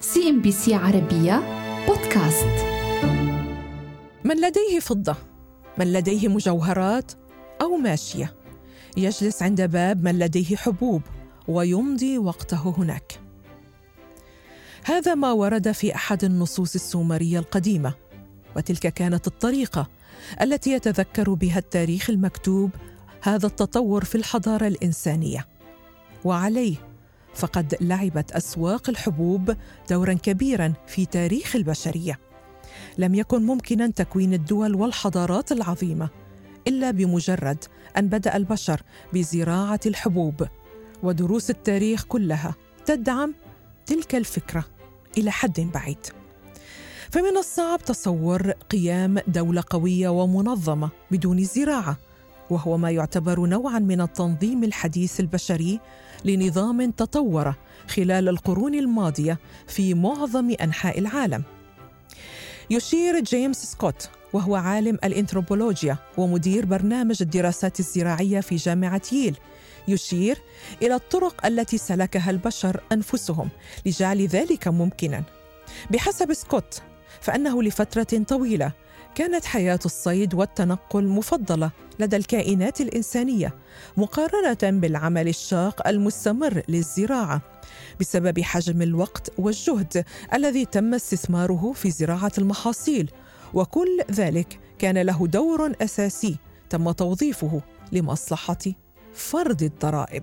CNBC عربية بودكاست. من لديه فضة، من لديه مجوهرات أو ماشية، يجلس عند باب من لديه حبوب ويمضي وقته هناك. هذا ما ورد في أحد النصوص السومرية القديمة، وتلك كانت الطريقة التي يتذكر بها التاريخ المكتوب هذا التطور في الحضارة الإنسانية. وعليه فقد لعبت أسواق الحبوب دوراً كبيراً في تاريخ البشرية. لم يكن ممكناً تكوين الدول والحضارات العظيمة إلا بمجرد أن بدأ البشر بزراعة الحبوب، ودروس التاريخ كلها تدعم تلك الفكرة إلى حد بعيد. فمن الصعب تصور قيام دولة قوية ومنظمة بدون زراعة، وهو ما يعتبر نوعاً من التنظيم الحديث البشري لنظام تطور خلال القرون الماضية في معظم أنحاء العالم. يشير جيمس سكوت، وهو عالم الإنثروبولوجيا ومدير برنامج الدراسات الزراعية في جامعة ييل، يشير إلى الطرق التي سلكها البشر أنفسهم لجعل ذلك ممكناً. بحسب سكوت، فإنه لفترة طويلة كانت حياة الصيد والتنقل مفضلة لدى الكائنات الإنسانية مقارنة بالعمل الشاق المستمر للزراعة، بسبب حجم الوقت والجهد الذي تم استثماره في زراعة المحاصيل، وكل ذلك كان له دور أساسي تم توظيفه لمصلحة فرض الضرائب.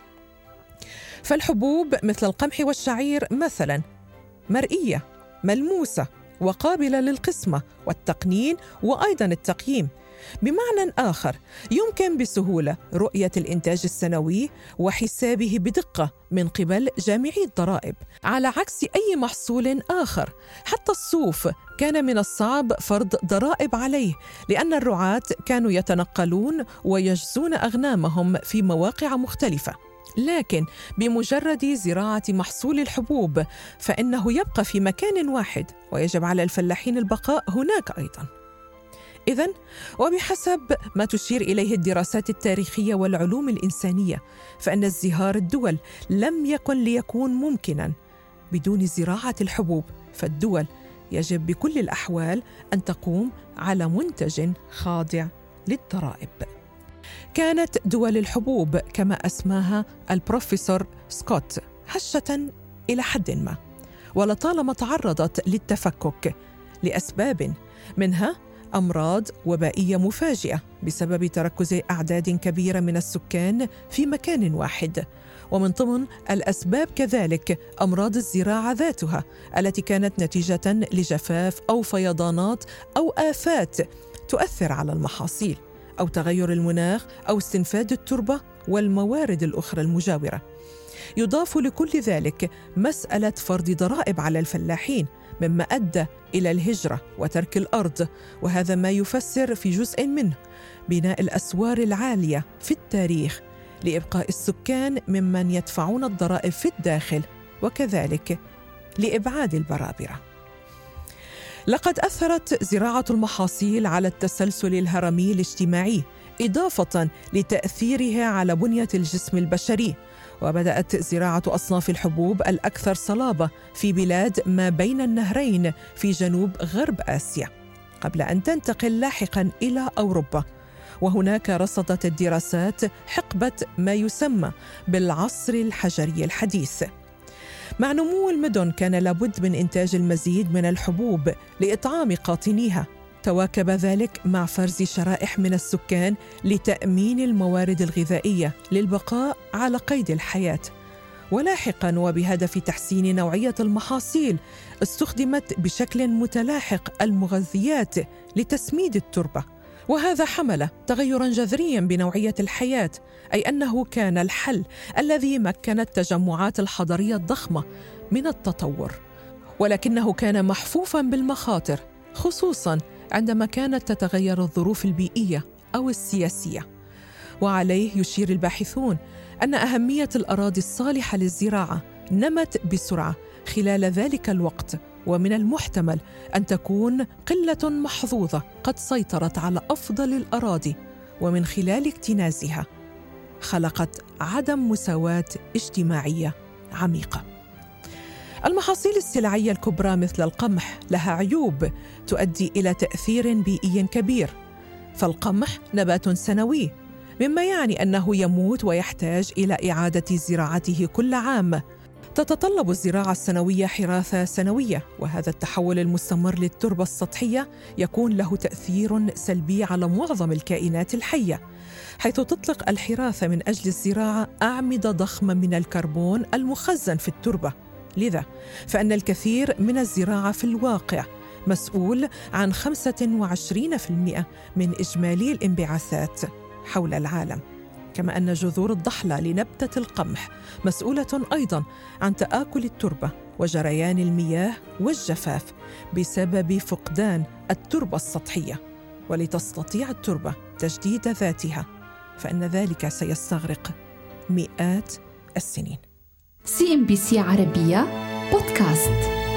فالحبوب مثل القمح والشعير مثلاً مرئية، ملموسة، وقابلة للقسمة والتقنين وأيضاً التقييم. بمعنى آخر، يمكن بسهولة رؤية الإنتاج السنوي وحسابه بدقة من قبل جامعي الضرائب، على عكس أي محصول آخر. حتى الصوف كان من الصعب فرض ضرائب عليه، لأن الرعاة كانوا يتنقلون ويجزون أغنامهم في مواقع مختلفة. لكن بمجرد زراعة محصول الحبوب فإنه يبقى في مكان واحد، ويجب على الفلاحين البقاء هناك أيضاً. إذن وبحسب ما تشير إليه الدراسات التاريخية والعلوم الإنسانية، فإن ازدهار الدول لم يكن ليكون ممكناً بدون زراعة الحبوب، فالدول يجب بكل الأحوال أن تقوم على منتج خاضع للضرائب. كانت دول الحبوب كما أسماها البروفيسور سكوت هشة إلى حد ما، ولطالما تعرضت للتفكك لأسباب، منها أمراض وبائية مفاجئة بسبب تركز أعداد كبيرة من السكان في مكان واحد، ومن ضمن الأسباب كذلك أمراض الزراعة ذاتها التي كانت نتيجة لجفاف أو فيضانات أو آفات تؤثر على المحاصيل، أو تغير المناخ أو استنفاد التربة والموارد الأخرى المجاورة. يضاف لكل ذلك مسألة فرض ضرائب على الفلاحين، مما أدى إلى الهجرة وترك الأرض، وهذا ما يفسر في جزء منه بناء الأسوار العالية في التاريخ لإبقاء السكان ممن يدفعون الضرائب في الداخل، وكذلك لإبعاد البرابرة. لقد أثرت زراعة المحاصيل على التسلسل الهرمي الاجتماعي، إضافة لتأثيرها على بنية الجسم البشري. وبدأت زراعة أصناف الحبوب الأكثر صلابة في بلاد ما بين النهرين في جنوب غرب آسيا، قبل أن تنتقل لاحقاً إلى أوروبا. وهناك رصدت الدراسات حقبة ما يسمى بالعصر الحجري الحديث. مع نمو المدن كان لابد من إنتاج المزيد من الحبوب لإطعام قاطنيها. تواكب ذلك مع فرز شرائح من السكان لتأمين الموارد الغذائية للبقاء على قيد الحياة. ولاحقاً وبهدف تحسين نوعية المحاصيل استخدمت بشكل متلاحق المغذيات لتسميد التربة، وهذا حمل تغيراً جذرياً بنوعية الحياة، أي أنه كان الحل الذي مكن التجمعات الحضرية الضخمة من التطور، ولكنه كان محفوفاً بالمخاطر، خصوصاً عندما كانت تتغير الظروف البيئية أو السياسية. وعليه يشير الباحثون أن أهمية الأراضي الصالحة للزراعة نمت بسرعة خلال ذلك الوقت، ومن المحتمل أن تكون قلة محظوظة قد سيطرت على أفضل الأراضي، ومن خلال اكتنازها خلقت عدم مساواة اجتماعية عميقة. المحاصيل السلعية الكبرى مثل القمح لها عيوب تؤدي إلى تأثير بيئي كبير، فالقمح نبات سنوي، مما يعني أنه يموت ويحتاج إلى إعادة زراعته كل عام. تتطلب الزراعة السنوية حراثة سنوية، وهذا التحول المستمر للتربة السطحية يكون له تأثير سلبي على معظم الكائنات الحية، حيث تطلق الحراثة من أجل الزراعة أعمدة ضخمة من الكربون المخزن في التربة. لذا فإن الكثير من الزراعة في الواقع مسؤول عن 25% من إجمالي الانبعاثات حول العالم، كما أن جذور الضحلة لنبتة القمح مسؤولة أيضاً عن تآكل التربة وجريان المياه والجفاف بسبب فقدان التربة السطحية. ولتستطيع التربة تجديد ذاتها فإن ذلك سيستغرق مئات السنين. CNBC عربية بودكاست.